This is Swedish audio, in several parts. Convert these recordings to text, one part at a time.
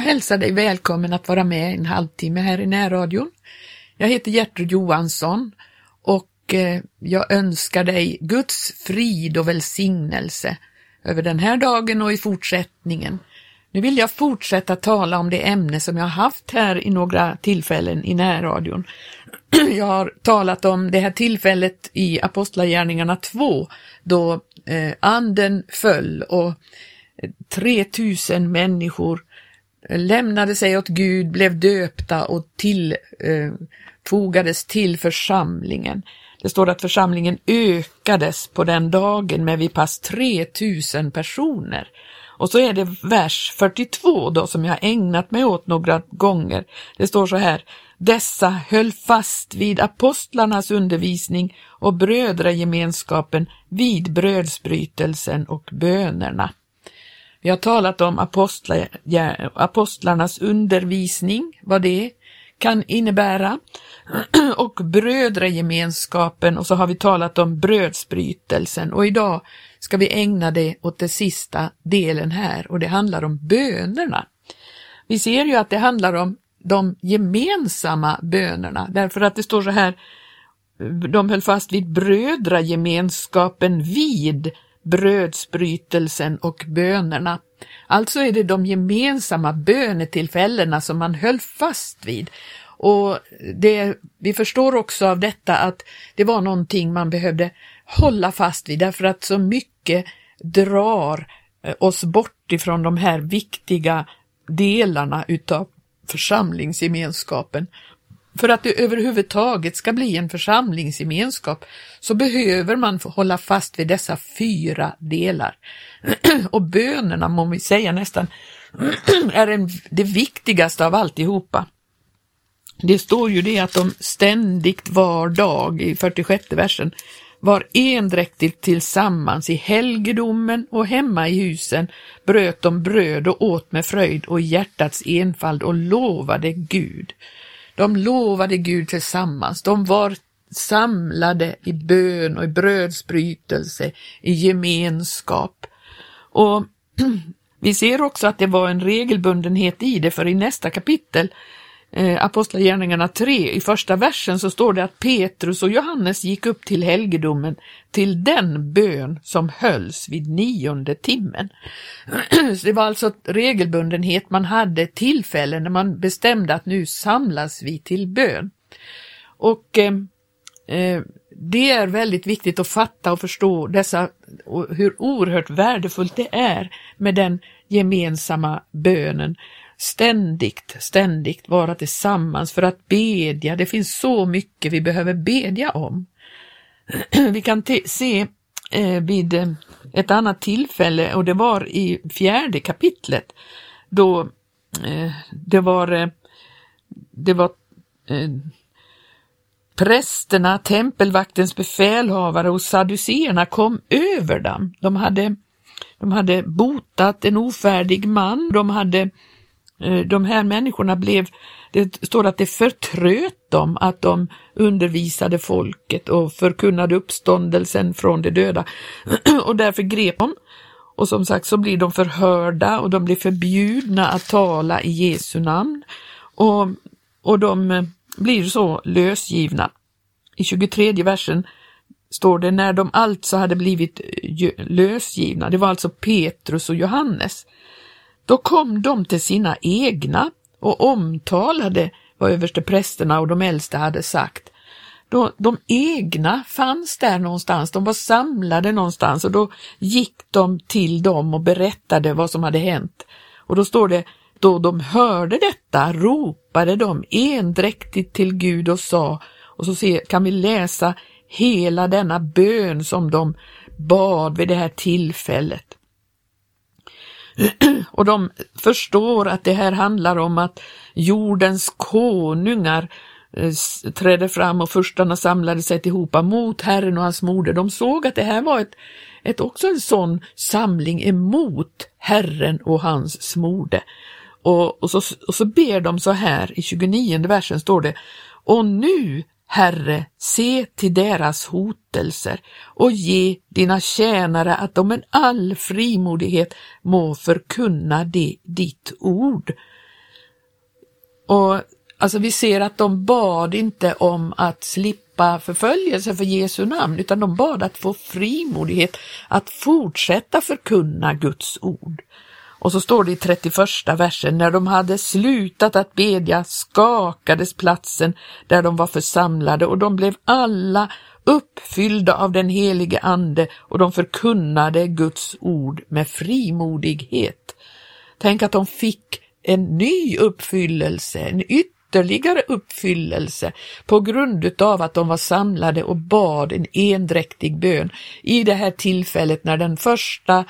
hälsar dig välkommen att vara med en halvtimme här i närradion. Jag heter Gertrud Johansson och jag önskar dig Guds frid och välsignelse över den här dagen och i fortsättningen. Nu vill jag fortsätta tala om det ämne som jag har haft här i några tillfällen i närradion. Jag har talat om det här tillfället i Apostlagärningarna 2 då anden föll och 3000 människor lämnade sig åt Gud, blev döpta och fogades till församlingen. Det står att församlingen ökades på den dagen med vid pass 3000 personer. Och så är det vers 42 då som jag ägnat mig åt några gånger. Det står så här: dessa höll fast vid apostlarnas undervisning och brödragemenskapen, vid brödsbrytelsen och bönerna. Vi har talat om apostlarnas undervisning, vad det kan innebära, och brödragemenskapen, och så har vi talat om brödsbrytelsen, och idag ska vi ägna det åt den sista delen här, och det handlar om bönerna. Vi ser ju att det handlar om de gemensamma bönerna, därför att det står så här: de höll fast vid brödragemenskapen, vid brödsbrytelsen och bönerna. Alltså är det de gemensamma bönetillfällena som man höll fast vid. Och vi förstår också av detta att det var någonting man behövde hålla fast vid, därför att så mycket drar oss bort ifrån de här viktiga delarna utav församlingsgemenskapen. För att det överhuvudtaget ska bli en församlingsgemenskap så behöver man hålla fast vid dessa 4 delar. Och bönerna, må vi säga nästan, är det viktigaste av alltihopa. Det står ju det att de ständigt var dag i 46 versen var endräktigt tillsammans i helgedomen och hemma i husen, bröt de bröd och åt med fröjd och hjärtats enfald och lovade Gud. De lovade Gud tillsammans. De var samlade i bön och i brödsbrytelse, i gemenskap. Och vi ser också att det var en regelbundenhet i det, för i nästa kapitel, Apostlagärningarna 3, i första versen så står det att Petrus och Johannes gick upp till helgedomen till den bön som hölls vid 9:e timmen. Så det var alltså regelbundenhet, man hade tillfällen när man bestämde att nu samlas vi till bön. Och det är väldigt viktigt att fatta och förstå hur oerhört värdefullt det är med den gemensamma bönen. Ständigt vara tillsammans för att bedja. Det finns så mycket vi behöver bedja om. Vi kan se vid ett annat tillfälle, och det var i 4:e kapitlet, då det var prästerna, tempelvaktens befälhavare och sadduceerna kom över dem. De hade botat en ofärdig man. De här människorna det står att det förtröt dem att de undervisade folket och förkunnade uppståndelsen från de döda. Och därför grep de. Och som sagt så blir de förhörda och de blir förbjudna att tala i Jesu namn. Och de blir så lösgivna. I 23:e versen står det: när de alltså hade blivit lösgivna, det var alltså Petrus och Johannes, då kom de till sina egna och omtalade vad översteprästerna och de äldste hade sagt. De egna fanns där någonstans, de var samlade någonstans, och då gick de till dem och berättade vad som hade hänt. Och då står det: då de hörde detta ropade de endräktigt till Gud och sa, och så kan vi läsa hela denna bön som de bad vid det här tillfället. Och de förstår att det här handlar om att jordens konungar trädde fram och furstarna samlade sig tillhopa mot Herren och hans moder. De såg att det här var också en sån samling emot Herren och hans smorde. Och så ber de så här, i 29:e versen står det: och nu, Herre, se till deras hotelser och ge dina tjänare att de med all frimodighet må förkunna ditt ord. Och alltså vi ser att de bad inte om att slippa förföljelse för Jesu namn, utan de bad att få frimodighet att fortsätta förkunna Guds ord. Och så står det i 31:a versen: när de hade slutat att bedja skakades platsen där de var församlade, och de blev alla uppfyllda av den helige ande, och de förkunnade Guds ord med frimodighet. Tänk att de fick en ny uppfyllelse, en ytterligare uppfyllelse på grund av att de var samlade och bad en endräktig bön i det här tillfället när den första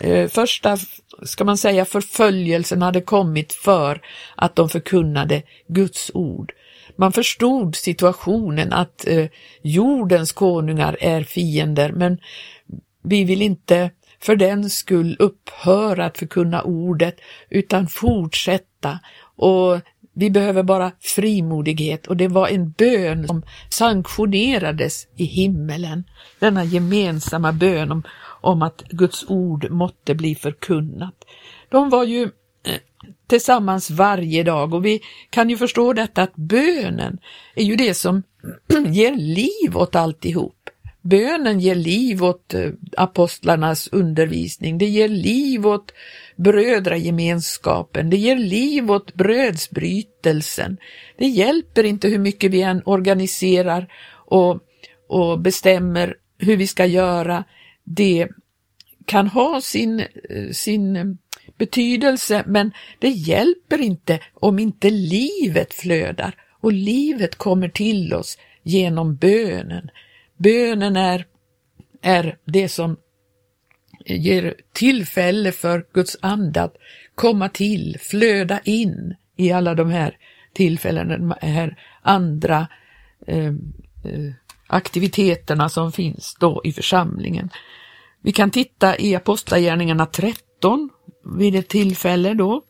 ska man säga förföljelsen hade kommit för att de förkunnade Guds ord. Man förstod situationen att jordens konungar är fiender, men vi vill inte för den skull upphöra att förkunna ordet utan fortsätta, och vi behöver bara frimodighet, och det var en bön som sanktionerades i himmelen, denna gemensamma bön om att Guds ord måtte bli förkunnat. De var ju tillsammans varje dag, och vi kan ju förstå detta att bönen är ju det som ger liv åt alltihop. Bönen ger liv åt apostlarnas undervisning, det ger liv åt brödragemenskapen, det ger liv åt brödsbrytelsen. Det hjälper inte hur mycket vi än organiserar och bestämmer hur vi ska göra. Det kan ha sin betydelse, men det hjälper inte om inte livet flödar, och livet kommer till oss genom bönen. Bönen är det som ger tillfälle för Guds ande att komma till, flöda in i alla de här tillfällena, de här andra aktiviteterna som finns då i församlingen. Vi kan titta i Apostlagärningarna 13 vid ett tillfälle då.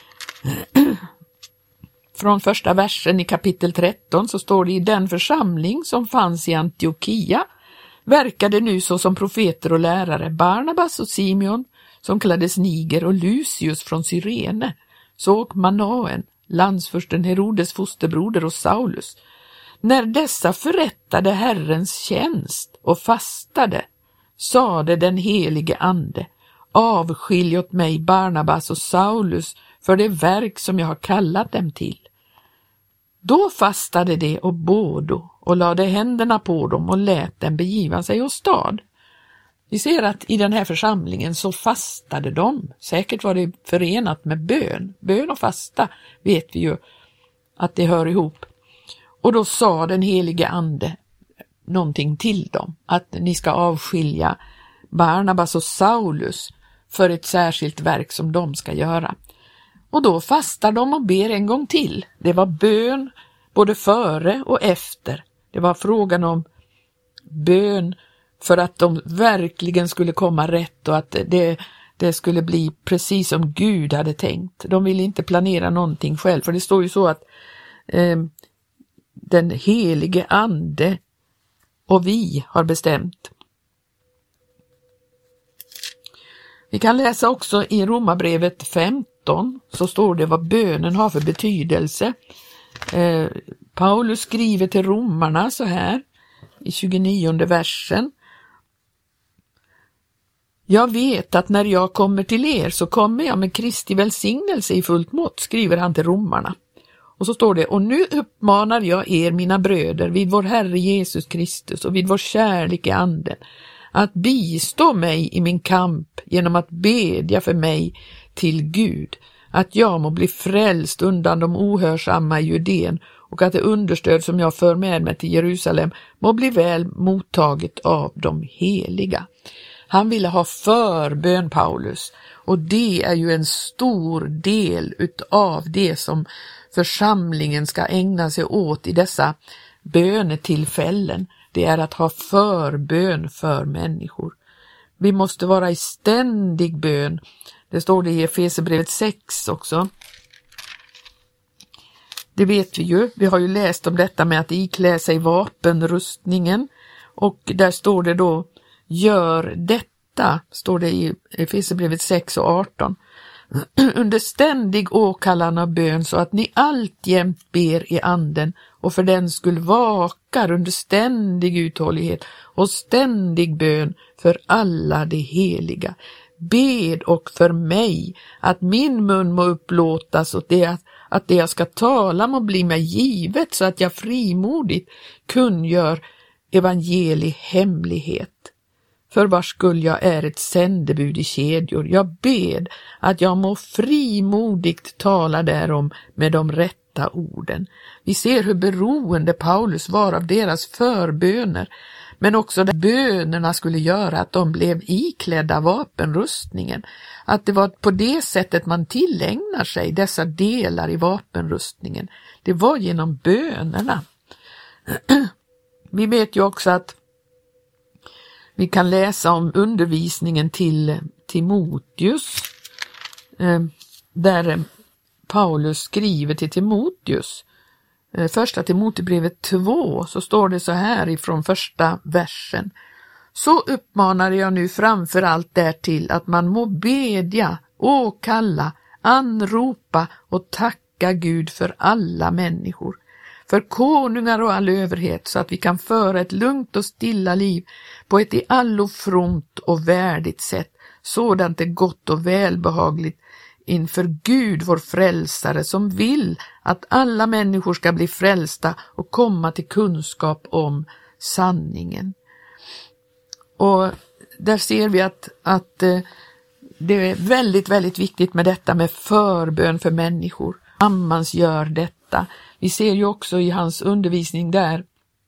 Från första versen i kapitel 13 så står det: i den församling som fanns i Antiokia verkade nu så som profeter och lärare Barnabas och Simeon, som kallades Niger, och Lucius från Cyrene, såg Manaen, landsfursten Herodes fosterbroder, och Saulus. När dessa förrättade Herrens tjänst och fastade, sade den helige ande: avskilj åt mig Barnabas och Saulus för det verk som jag har kallat dem till. Då fastade de och bådo och lade händerna på dem och lät dem begiva sig åstad. Vi ser att i den här församlingen så fastade de. Säkert var det förenat med bön. Bön och fasta vet vi ju att det hör ihop. Och då sa den helige ande någonting till dem, att ni ska avskilja Barnabas och Saulus för ett särskilt verk som de ska göra. Och då fastar de och ber en gång till. Det var bön både före och efter. Det var frågan om bön för att de verkligen skulle komma rätt och att det skulle bli precis som Gud hade tänkt. De ville inte planera någonting själv, för det står ju så att den helige ande och vi har bestämt. Vi kan läsa också i Romarbrevet 15, så står det vad bönen har för betydelse. Paulus skriver till romarna så här i 29:e versen: jag vet att när jag kommer till er så kommer jag med Kristi välsignelse i fullt mått, skriver han till romarna. Och så står det: och nu uppmanar jag er, mina bröder, vid vår Herre Jesus Kristus och vid vår kärlek i anden, att bistå mig i min kamp genom att bedja för mig till Gud, att jag må bli frälst undan de ohörsamma i Judén, och att det understöd som jag för med mig till Jerusalem må bli väl mottaget av de heliga. Han ville ha förbön, Paulus, och det är ju en stor del utav det som församlingen ska ägna sig åt i dessa bönetillfällen. Det är att ha förbön för människor. Vi måste vara i ständig bön. Det står det i Efesierbrevet 6 också. Det vet vi ju. Vi har ju läst om detta med att iklä sig vapenrustningen. Och där står det då: gör detta, står det i Efesierbrevet 6 och 18. under ständig åkallan av bön, så att ni alltjämt ber i anden och för den skull vakar under ständig uthållighet och ständig bön för alla de heliga. Bed och för mig att min mun må upplåtas och att det jag ska tala må bli mig givet, så att jag frimodigt kungör evangeli hemlighet, för vars skull jag är ett sändebud i kedjor. Jag bed att jag må frimodigt tala därom med de rätta orden. Vi ser hur beroende Paulus var av deras förböner, men också att bönerna skulle göra att de blev iklädda vapenrustningen. Att det var på det sättet man tillägnar sig dessa delar i vapenrustningen. Det var genom bönerna. Vi vet ju också att vi kan läsa om undervisningen till Timoteus, där Paulus skriver till Timoteus. Första Timoteusbrevet 2, så står det så här ifrån första versen. Så uppmanar jag nu framför allt därtill att man må bedja, åkalla, anropa och tacka Gud för alla människor, för konungar och all överhet, så att vi kan föra ett lugnt och stilla liv på ett i allo fromt och värdigt sätt, sådant är gott och välbehagligt inför Gud vår frälsare, som vill att alla människor ska bli frälsta och komma till kunskap om sanningen. Och där ser vi att det är väldigt, väldigt viktigt med detta med förbön för människor. Ammans gör detta. Vi ser ju också i hans undervisning där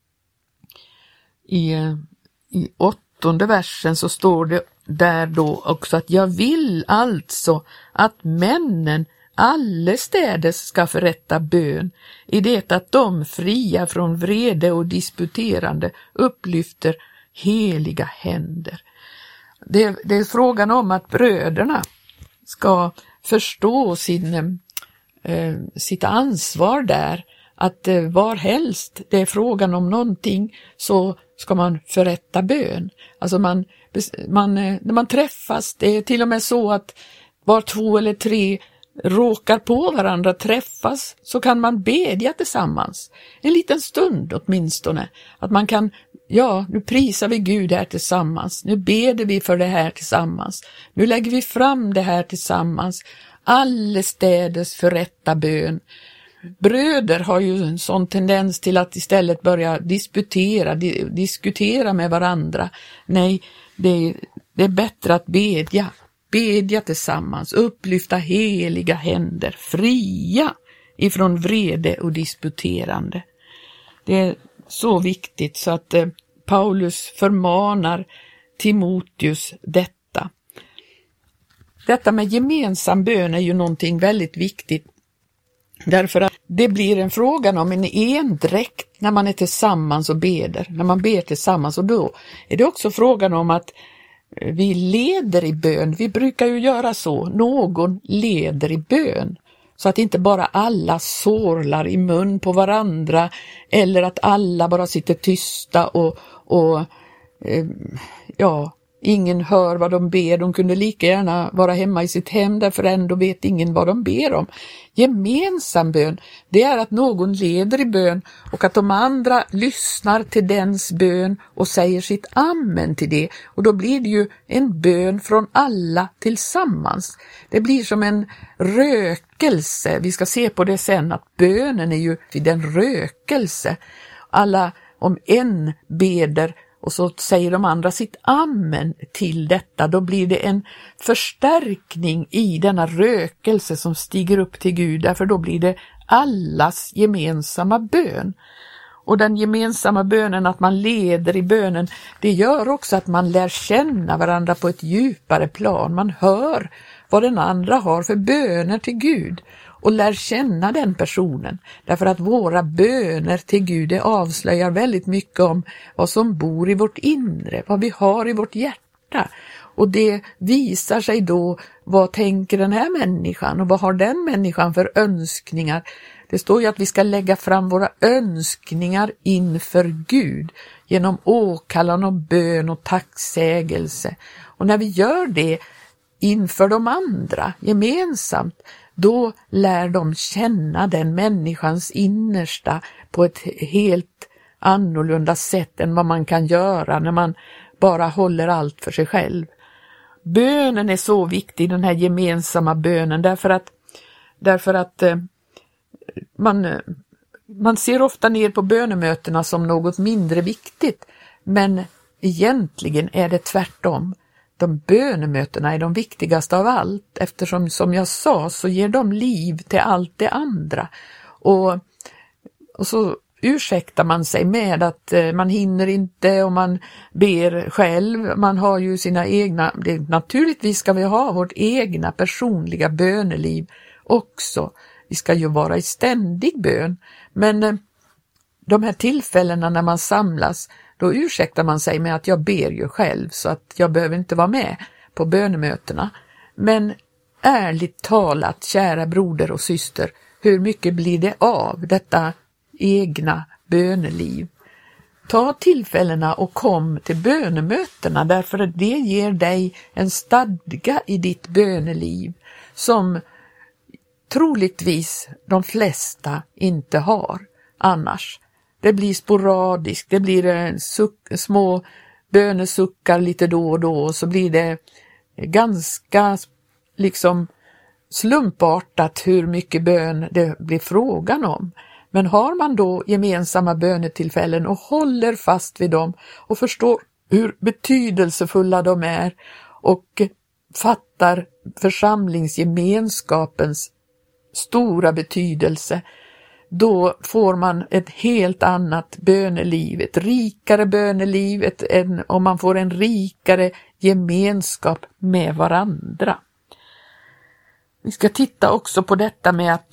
i 8:e versen, så står det där då också att jag vill alltså att männen allestädes ska förrätta bön, i det att de fria från vrede och disputerande upplyfter heliga händer. Det är frågan om att bröderna ska förstå sitt ansvar där, att varhelst det är frågan om någonting så ska man förrätta bön. Alltså när man träffas, det är till och med så att var 2 eller 3 råkar på varandra träffas, så kan man bedja tillsammans. En liten stund åtminstone. Att man kan, nu prisar vi Gud här tillsammans. Nu beder vi för det här tillsammans. Nu lägger vi fram det här tillsammans. Allestädes förrätta bön. Bröder har ju en sån tendens till att istället börja diskutera med varandra. Nej, det är bättre att bedja tillsammans, upplyfta heliga händer, fria ifrån vrede och disputerande. Det är så viktigt så att Paulus förmanar Timoteus detta. Detta med gemensam bön är ju någonting väldigt viktigt, därför att det blir en fråga om en endräkt när man är tillsammans och beder, när man ber tillsammans, och då är det också frågan om att vi leder i bön. Vi brukar ju göra så, någon leder i bön, så att inte bara alla sorlar i mun på varandra, eller att alla bara sitter tysta och ingen hör vad de ber. De kunde lika gärna vara hemma i sitt hem, därför ändå vet ingen vad de ber om. Gemensam bön, det är att någon leder i bön och att de andra lyssnar till dens bön och säger sitt amen till det. Och då blir det ju en bön från alla tillsammans. Det blir som en rökelse. Vi ska se på det sen, att bönen är ju den rökelse. Alla, om en beder och så säger de andra sitt amen till detta, då blir det en förstärkning i denna rökelse som stiger upp till Gud, därför då blir det allas gemensamma bön. Och den gemensamma bönen, att man leder i bönen, det gör också att man lär känna varandra på ett djupare plan. Man hör vad den andra har för böner till Gud och lär känna den personen. Därför att våra böner till Gud, det avslöjar väldigt mycket om vad som bor i vårt inre, vad vi har i vårt hjärta. Och det visar sig då, vad tänker den här människan och vad har den människan för önskningar. Det står ju att vi ska lägga fram våra önskningar inför Gud genom åkallan och bön och tacksägelse. Och när vi gör det, inför de andra gemensamt, då lär de känna den människans innersta på ett helt annorlunda sätt än vad man kan göra när man bara håller allt för sig själv. Bönen är så viktig, den här gemensamma bönen, därför att man ser ofta ner på bönemötena som något mindre viktigt, men egentligen är det tvärtom. De bönemötena är de viktigaste av allt, eftersom, som jag sa, så ger de liv till allt det andra. Och så ursäktar man sig med att man hinner inte och man ber själv. Man har ju sina egna, naturligtvis ska vi ha vårt egna personliga böneliv också. Vi ska ju vara i ständig bön, men de här tillfällena när man samlas, då ursäktar man sig med att jag ber ju själv så att jag behöver inte vara med på bönemötena. Men ärligt talat, kära broder och syster, hur mycket blir det av detta egna böneliv? Ta tillfällena och kom till bönemötena, därför att det ger dig en stadga i ditt böneliv som troligtvis de flesta inte har annars. Det blir sporadiskt, det blir små bönesuckar lite då och då, och så blir det ganska liksom slumpartat hur mycket bön det blir frågan om. Men har man då gemensamma bönetillfällen och håller fast vid dem och förstår hur betydelsefulla de är och fattar församlingsgemenskapens stora betydelse, då får man ett helt annat böneliv, ett rikare böneliv, och man får en rikare gemenskap med varandra. Vi ska titta också på detta med att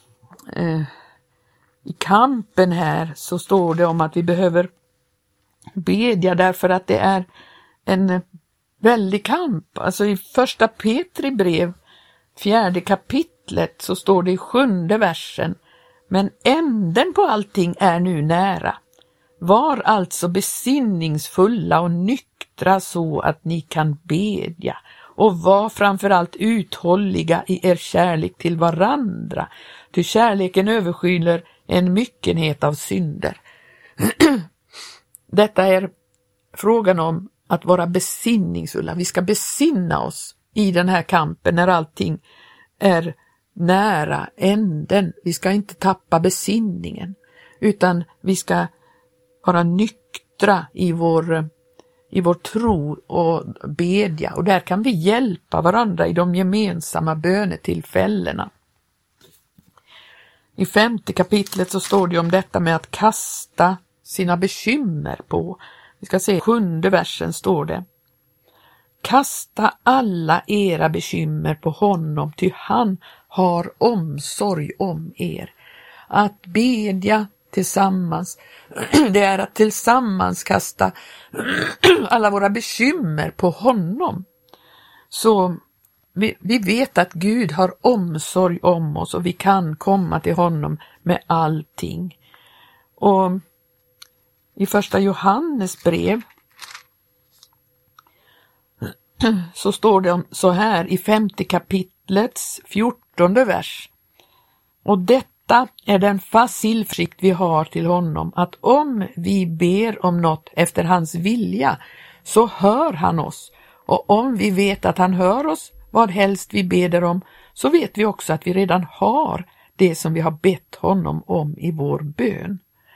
i kampen här så står det om att vi behöver bedja därför att det är en väldig kamp. Alltså i första Petri brev, 4 kapitlet, så står det i 7:e versen: men änden på allting är nu nära. Var alltså besinningsfulla och nyktra så att ni kan bedja, och var framförallt uthålliga i er kärlek till varandra, ty kärleken överskyler en myckenhet av synder. Detta är frågan om att vara besinningsfulla. Vi ska besinna oss i den här kampen när allting är nära änden. Vi ska inte tappa besinningen, utan vi ska vara nyktra i vår tro och bedja. Och där kan vi hjälpa varandra i de gemensamma bönetillfällena. I 5:e kapitlet så står det om detta med att kasta sina bekymmer på. Vi ska se, 7:e versen står det: kasta alla era bekymmer på honom, ty han har omsorg om er. Att bedja tillsammans, det är att tillsammans kasta alla våra bekymmer på honom. Så vi vet att Gud har omsorg om oss och vi kan komma till honom med allting. Och i första Johannes brev så står det så här i 5:e kapitlets 14:e vers: och detta är den fast tillförsikt vi har till honom, att om vi ber om något efter hans vilja så hör han oss, och om vi vet att han hör oss vad helst vi beder om, så vet vi också att vi redan har det som vi har bett honom om i vår bön.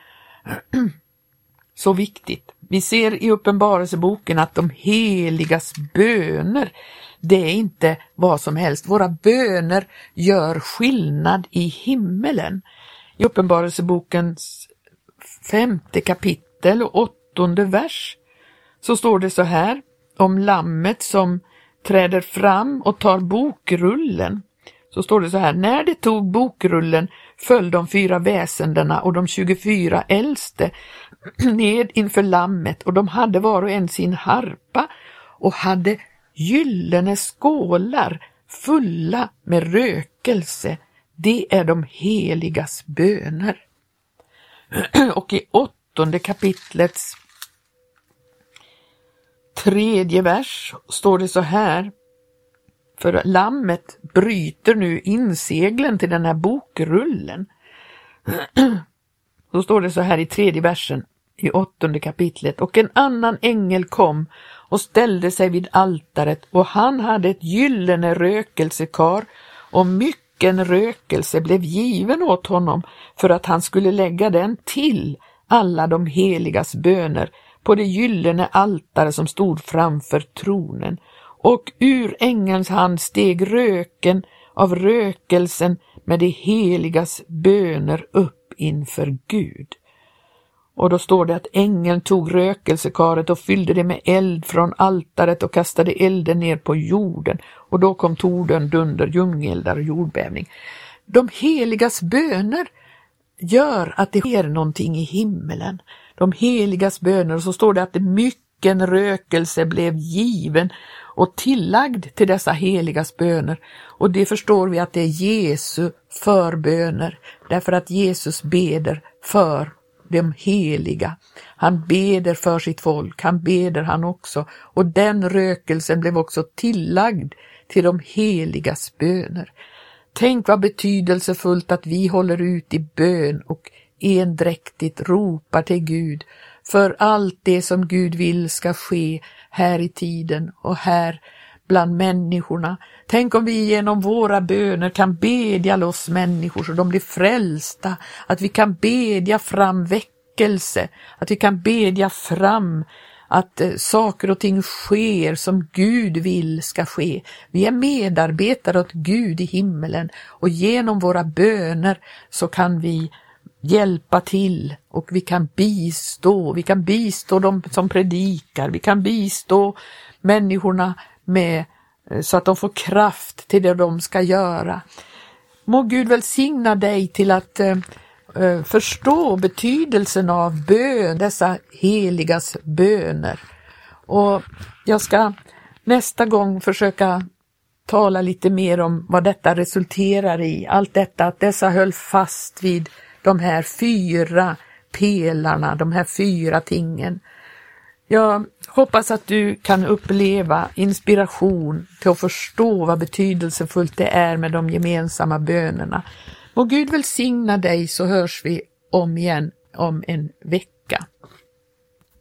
Så viktigt. Vi ser i Uppenbarelseboken att de heligas böner, det är inte vad som helst. Våra böner gör skillnad i himmelen. I Uppenbarelsebokens 5:e kapitel och 8:e vers så står det så här om lammet som träder fram och tar bokrullen. Så står det så här: när det tog bokrullen föll de 4 väsendena och de 24 äldste ned inför lammet, och de hade var och en sin harpa och hade gyllene skålar fulla med rökelse. Det är de heligas böner. Och i 8:e kapitlets 3:e vers står det så här: För lammet bryter nu inseglen till den här bokrullen. Så står det så här i 3:e versen i 8:e kapitlet. Och en annan ängel kom och ställde sig vid altaret, och han hade ett gyllene rökelsekar, och mycken rökelse blev given åt honom för att han skulle lägga den till alla de heligas böner på det gyllene altare som stod framför tronen. Och ur ängelns hand steg röken av rökelsen med de heligas böner upp inför Gud. Och då står det att ängeln tog rökelsekaret och fyllde det med eld från altaret och kastade elden ner på jorden. Och då kom torden, dunder, ljungeldar och jordbävning. De heligas böner gör att det sker någonting i himmelen. De heligas böner, och så står det att mycken rökelse blev given och tillagd till dessa heligas böner. Och det förstår vi att det är Jesu förböner, därför att Jesus beder för de heliga. Han beder för sitt folk, han beder han också. Och den rökelsen blev också tillagd till de heligas böner. Tänk vad betydelsefullt att vi håller ut i bön och endräktigt ropar till Gud för allt det som Gud vill ska ske här i tiden och här bland människorna. Tänk om vi genom våra böner kan bedja loss människor så de blir frälsta, att vi kan bedja fram väckelse, att vi kan bedja fram att saker och ting sker som Gud vill ska ske. Vi är medarbetare åt Gud i himmelen, och genom våra böner så kan vi hjälpa till, och vi kan bistå dem som predikar, vi kan bistå människorna med så att de får kraft till det de ska göra. Må Gud välsigna dig till att förstå betydelsen av bön, dessa heligas böner. Och jag ska nästa gång försöka tala lite mer om vad detta resulterar i. Allt detta, att dessa höll fast vid de här 4 pelarna, de här 4 tingen. Jag hoppas att du kan uppleva inspiration till att förstå vad betydelsefullt det är med de gemensamma bönerna. Må Gud välsigna dig, så hörs vi om igen om en vecka.